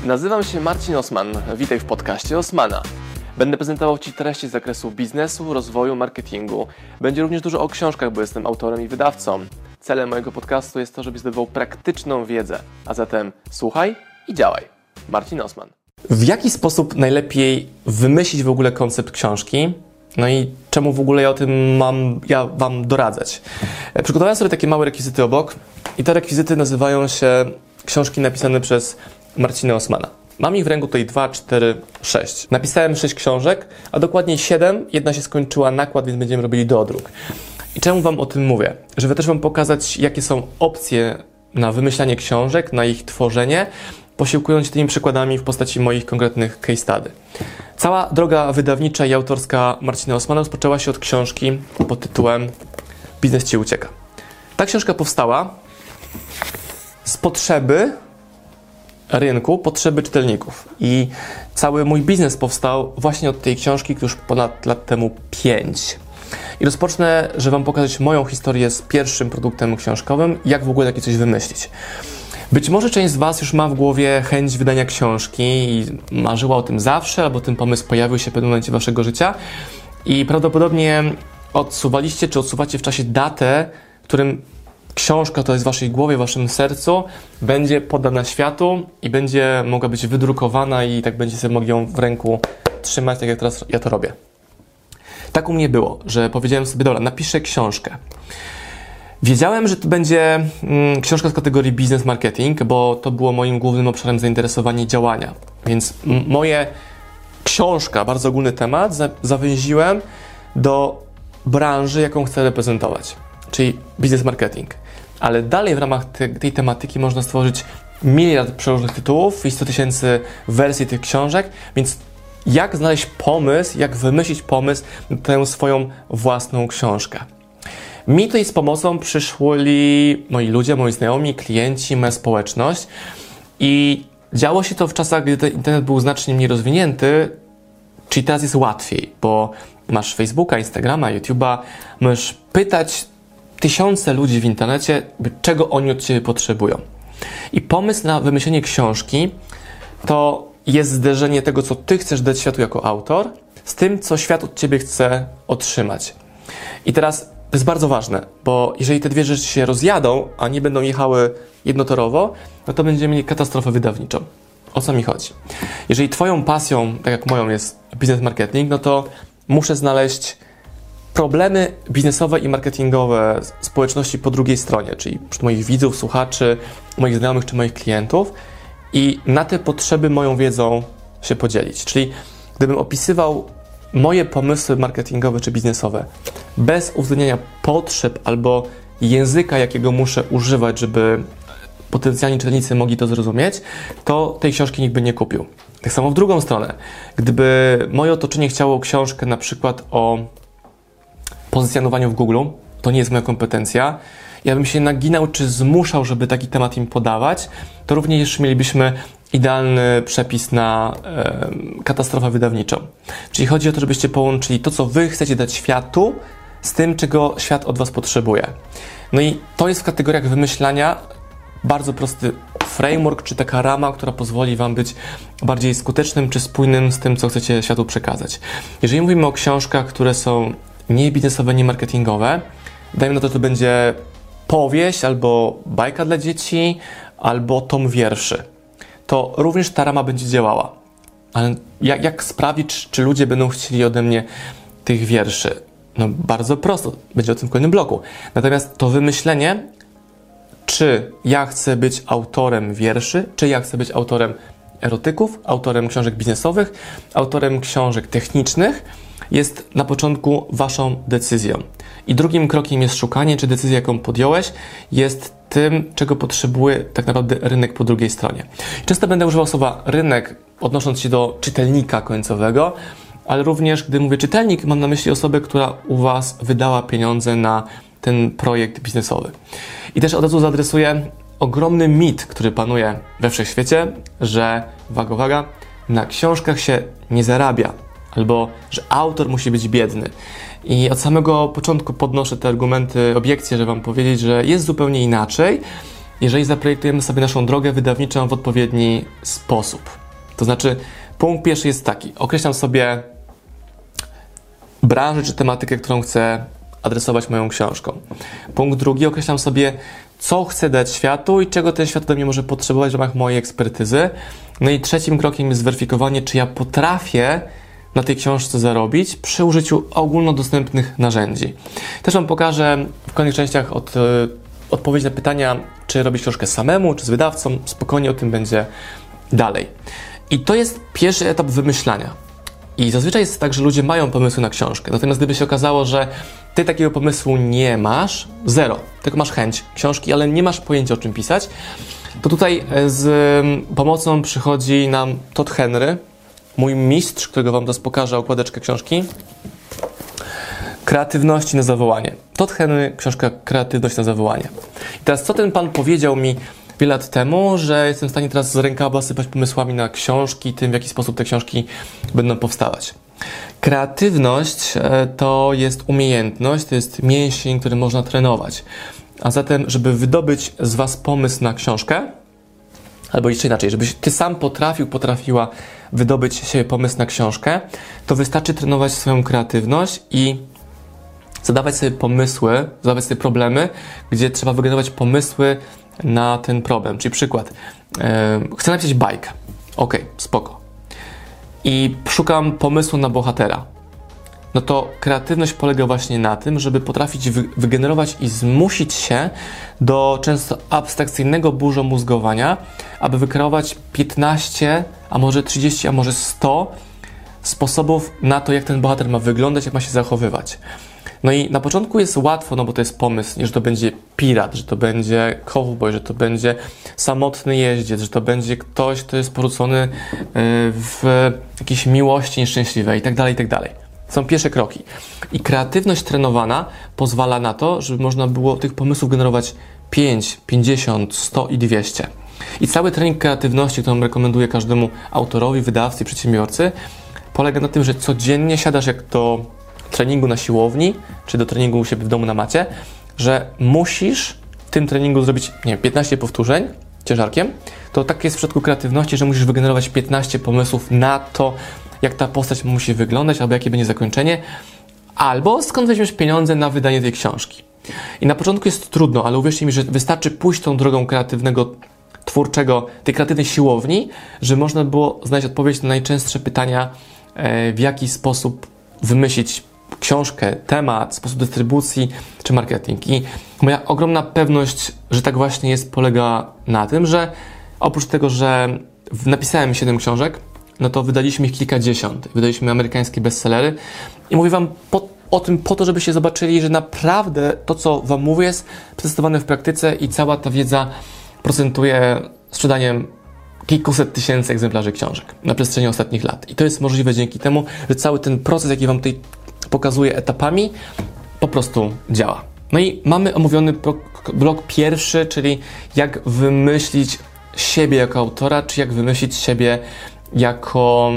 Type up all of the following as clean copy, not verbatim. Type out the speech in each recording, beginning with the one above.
Nazywam się Marcin Osman. Witaj w podcaście Osmana. Będę prezentował Ci treści z zakresu biznesu, rozwoju, marketingu. Będzie również dużo o książkach, bo jestem autorem i wydawcą. Celem mojego podcastu jest to, żebyś zdobywał praktyczną wiedzę. A zatem słuchaj i działaj. Marcin Osman. W jaki sposób najlepiej wymyślić w ogóle koncept książki? No i czemu w ogóle mam Wam doradzać? Przygotowałem sobie takie małe rekwizyty obok i te rekwizyty nazywają się książki napisane przez Marcina Osmana. Mam ich w ręku tutaj 2, 4, 6. Napisałem 6 książek, a dokładnie 7. Jedna się skończyła nakład, więc będziemy robili doodruk. I czemu Wam o tym mówię? Żeby też Wam pokazać, jakie są opcje na wymyślanie książek, na ich tworzenie, posiłkując się tymi przykładami w postaci moich konkretnych case study. Cała droga wydawnicza i autorska Marcina Osmana rozpoczęła się od książki pod tytułem Biznes Ci ucieka. Ta książka powstała z potrzeby rynku, potrzeby czytelników. I cały mój biznes powstał właśnie od tej książki już ponad lat temu 5. I rozpocznę, żeby Wam pokazać moją historię z pierwszym produktem książkowym, jak w ogóle takie coś wymyślić. Być może część z Was już ma w głowie chęć wydania książki i marzyła o tym zawsze, albo ten pomysł pojawił się w pewnym momencie Waszego życia i prawdopodobnie odsuwaliście, czy odsuwacie w czasie datę, w którym książka, to jest w Waszej głowie, w Waszym sercu, będzie poddana światu i będzie mogła być wydrukowana i tak będziecie sobie mogli ją w ręku trzymać, tak jak teraz ja to robię. Tak u mnie było, że powiedziałem sobie, dobra, napiszę książkę. Wiedziałem, że to będzie książka z kategorii biznes marketing, bo to było moim głównym obszarem zainteresowania i działania. Więc moje książka, bardzo ogólny temat, zawęziłem do branży, jaką chcę reprezentować, czyli biznes marketing. Ale dalej w ramach tej tematyki można stworzyć miliard przeróżnych tytułów i 100 000 wersji tych książek, więc jak znaleźć pomysł, jak wymyślić pomysł na tę swoją własną książkę? Mi tutaj z pomocą przyszli moi ludzie, moi znajomi, klienci, moja społeczność i działo się to w czasach, gdy ten internet był znacznie mniej rozwinięty, czyli teraz jest łatwiej, bo masz Facebooka, Instagrama, YouTube'a, możesz pytać tysiące ludzi w internecie, czego oni od Ciebie potrzebują. I pomysł na wymyślenie książki to jest zderzenie tego, co Ty chcesz dać światu jako autor, z tym, co świat od Ciebie chce otrzymać. I teraz to jest bardzo ważne, bo jeżeli te dwie rzeczy się rozjadą, a nie będą jechały jednotorowo, no to będziemy mieli katastrofę wydawniczą. O co mi chodzi? Jeżeli Twoją pasją, tak jak moją, jest biznes marketing, no to muszę znaleźć problemy biznesowe i marketingowe społeczności po drugiej stronie, czyli wśród moich widzów, słuchaczy, moich znajomych czy moich klientów i na te potrzeby moją wiedzą się podzielić. Czyli gdybym opisywał moje pomysły marketingowe czy biznesowe bez uwzględniania potrzeb albo języka, jakiego muszę używać, żeby potencjalni czytelnicy mogli to zrozumieć, to tej książki nikt by nie kupił. Tak samo w drugą stronę. Gdyby moje otoczenie chciało książkę na przykład o pozycjonowaniu w Google, to nie jest moja kompetencja, ja bym się naginał czy zmuszał, żeby taki temat im podawać, to również mielibyśmy idealny przepis na katastrofę wydawniczą. Czyli chodzi o to, żebyście połączyli to, co Wy chcecie dać światu, z tym, czego świat od Was potrzebuje. No i to jest w kategoriach wymyślania bardzo prosty framework, czy taka rama, która pozwoli Wam być bardziej skutecznym, czy spójnym z tym, co chcecie światu przekazać. Jeżeli mówimy o książkach, które są nie biznesowe, nie marketingowe, dajmy na to, to będzie powieść, albo bajka dla dzieci, albo tom wierszy. To również ta rama będzie działała. Ale jak sprawić, czy ludzie będą chcieli ode mnie tych wierszy? No bardzo prosto, będzie o tym w kolejnym bloku. Natomiast to wymyślenie, czy ja chcę być autorem wierszy, czy ja chcę być autorem erotyków, autorem książek biznesowych, autorem książek technicznych, jest na początku Waszą decyzją. I drugim krokiem jest szukanie, czy decyzja, jaką podjąłeś, jest tym, czego potrzebuje tak naprawdę rynek po drugiej stronie. Często będę używał słowa rynek, odnosząc się do czytelnika końcowego, ale również, gdy mówię czytelnik, mam na myśli osobę, która u Was wydała pieniądze na ten projekt biznesowy. I też od razu zaadresuję ogromny mit, który panuje we wszechświecie, że, uwaga, na książkach się nie zarabia, albo że autor musi być biedny. I od samego początku podnoszę te argumenty, obiekcje, żeby Wam powiedzieć, że jest zupełnie inaczej, jeżeli zaprojektujemy sobie naszą drogę wydawniczą w odpowiedni sposób. To znaczy, punkt pierwszy jest taki. Określam sobie branżę czy tematykę, którą chcę adresować moją książką. Punkt drugi, określam sobie, co chcę dać światu i czego ten świat ode mnie może potrzebować w ramach mojej ekspertyzy. No i trzecim krokiem jest zweryfikowanie, czy ja potrafię na tej książce zarobić przy użyciu ogólnodostępnych narzędzi. Też Wam pokażę w kolejnych częściach odpowiedź na pytania, czy robić książkę samemu, czy z wydawcą. Spokojnie o tym będzie dalej. I to jest pierwszy etap wymyślania. I zazwyczaj jest tak, że ludzie mają pomysły na książkę. Natomiast gdyby się okazało, że Ty takiego pomysłu nie masz, zero, tylko masz chęć książki, ale nie masz pojęcia, o czym pisać, to tutaj z pomocą przychodzi nam Todd Henry, mój mistrz, którego Wam teraz pokażę, okładeczkę książki. Kreatywności na zawołanie. Todd Henry, książka Kreatywność na zawołanie. I teraz co ten pan powiedział mi wiele lat temu, że jestem w stanie teraz z rękawa sypać pomysłami na książki, tym w jaki sposób te książki będą powstawać. Kreatywność to jest umiejętność, to jest mięsień, który można trenować. A zatem, żeby wydobyć z Was pomysł na książkę, albo jeszcze inaczej, żebyś Ty sam potrafiła wydobyć z siebie pomysł na książkę, to wystarczy trenować swoją kreatywność i zadawać sobie pomysły, zadawać sobie problemy, gdzie trzeba wygenerować pomysły na ten problem. Czyli przykład, chcę napisać bajkę. Okej, spoko. I szukam pomysłu na bohatera. No to kreatywność polega właśnie na tym, żeby potrafić wygenerować i zmusić się do często abstrakcyjnego burzomózgowania, aby wykreować 15, a może 30, a może 100 sposobów na to, jak ten bohater ma wyglądać, jak ma się zachowywać. No i na początku jest łatwo, no bo to jest pomysł, że to będzie pirat, że to będzie cowboy, że to będzie samotny jeździec, że to będzie ktoś, kto jest porzucony w jakiejś miłości nieszczęśliwej i tak dalej, i tak dalej. Są pierwsze kroki. I kreatywność trenowana pozwala na to, żeby można było tych pomysłów generować 5, 50, 100 i 200. I cały trening kreatywności, którą rekomenduję każdemu autorowi, wydawcy, przedsiębiorcy, polega na tym, że codziennie siadasz jak do treningu na siłowni, czy do treningu u siebie w domu na macie, że musisz w tym treningu zrobić, nie wiem, 15 powtórzeń ciężarkiem. To tak jest w przypadku kreatywności, że musisz wygenerować 15 pomysłów na to, jak ta postać musi wyglądać, albo jakie będzie zakończenie, albo skąd weźmiesz pieniądze na wydanie tej książki. I na początku jest trudno, ale uwierzcie mi, że wystarczy pójść tą drogą kreatywnego, twórczego, tej kreatywnej siłowni, że można było znaleźć odpowiedź na najczęstsze pytania, w jaki sposób wymyślić książkę, temat, sposób dystrybucji czy marketing. I moja ogromna pewność, że tak właśnie jest, polega na tym, że oprócz tego, że napisałem 7 książek, no to wydaliśmy ich kilkadziesiąt. Wydaliśmy amerykańskie bestsellery i mówię Wam o tym po to, żebyście zobaczyli, że naprawdę to, co Wam mówię, jest przetestowane w praktyce i cała ta wiedza procentuje sprzedaniem kilkuset tysięcy egzemplarzy książek na przestrzeni ostatnich lat. I to jest możliwe dzięki temu, że cały ten proces, jaki Wam tutaj pokazuję etapami, po prostu działa. No i mamy omówiony blok pierwszy, czyli jak wymyślić siebie jako autora, czy jak wymyślić siebie jako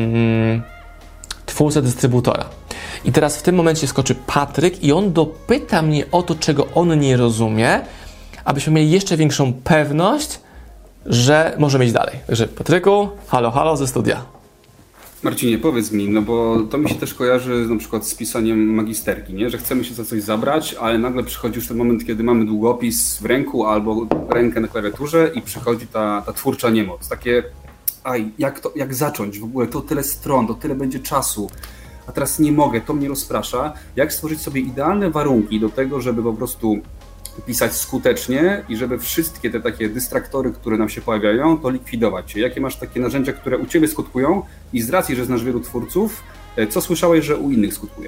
twórcę, dystrybutora. I teraz w tym momencie skoczy Patryk i on dopyta mnie o to, czego on nie rozumie, abyśmy mieli jeszcze większą pewność, że możemy iść dalej. Także Patryku, halo ze studia. Marcinie, powiedz mi, no bo to mi się też kojarzy na przykład z pisaniem magisterki, nie? Że chcemy się za coś zabrać, ale nagle przychodzi już ten moment, kiedy mamy długopis w ręku albo rękę na klawiaturze i przychodzi ta twórcza niemoc. Takie, jak zacząć w ogóle, to tyle stron, to tyle będzie czasu, a teraz nie mogę, to mnie rozprasza. Jak stworzyć sobie idealne warunki do tego, żeby po prostu pisać skutecznie i żeby wszystkie te takie dystraktory, które nam się pojawiają, to likwidować. Jakie masz takie narzędzia, które u Ciebie skutkują i z racji, że znasz wielu twórców, co słyszałeś, że u innych skutkuje?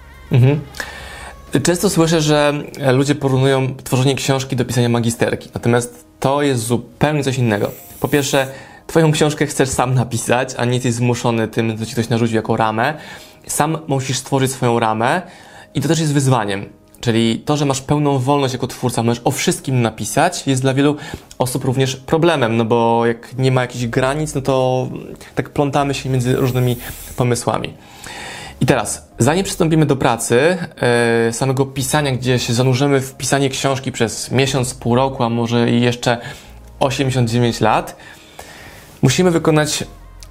Często słyszę, że ludzie porównują tworzenie książki do pisania magisterki, natomiast to jest zupełnie coś innego. Po pierwsze, Twoją książkę chcesz sam napisać, a nie jesteś zmuszony tym, co Ci ktoś narzucił jako ramę. Sam musisz stworzyć swoją ramę i to też jest wyzwaniem. Czyli to, że masz pełną wolność jako twórca, możesz o wszystkim napisać, jest dla wielu osób również problemem, no bo jak nie ma jakichś granic, no to tak plątamy się między różnymi pomysłami. I teraz, zanim przystąpimy do pracy, samego pisania, gdzie się zanurzymy w pisanie książki przez miesiąc, pół roku, a może i jeszcze 89 lat, musimy wykonać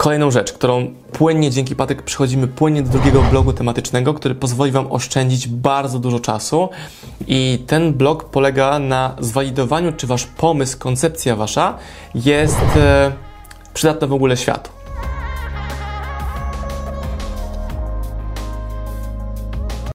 Kolejną rzecz, którą płynnie dzięki Patek przechodzimy płynnie do drugiego blogu tematycznego, który pozwoli Wam oszczędzić bardzo dużo czasu i ten blog polega na zwalidowaniu, czy Wasz pomysł, koncepcja Wasza jest przydatna w ogóle światu.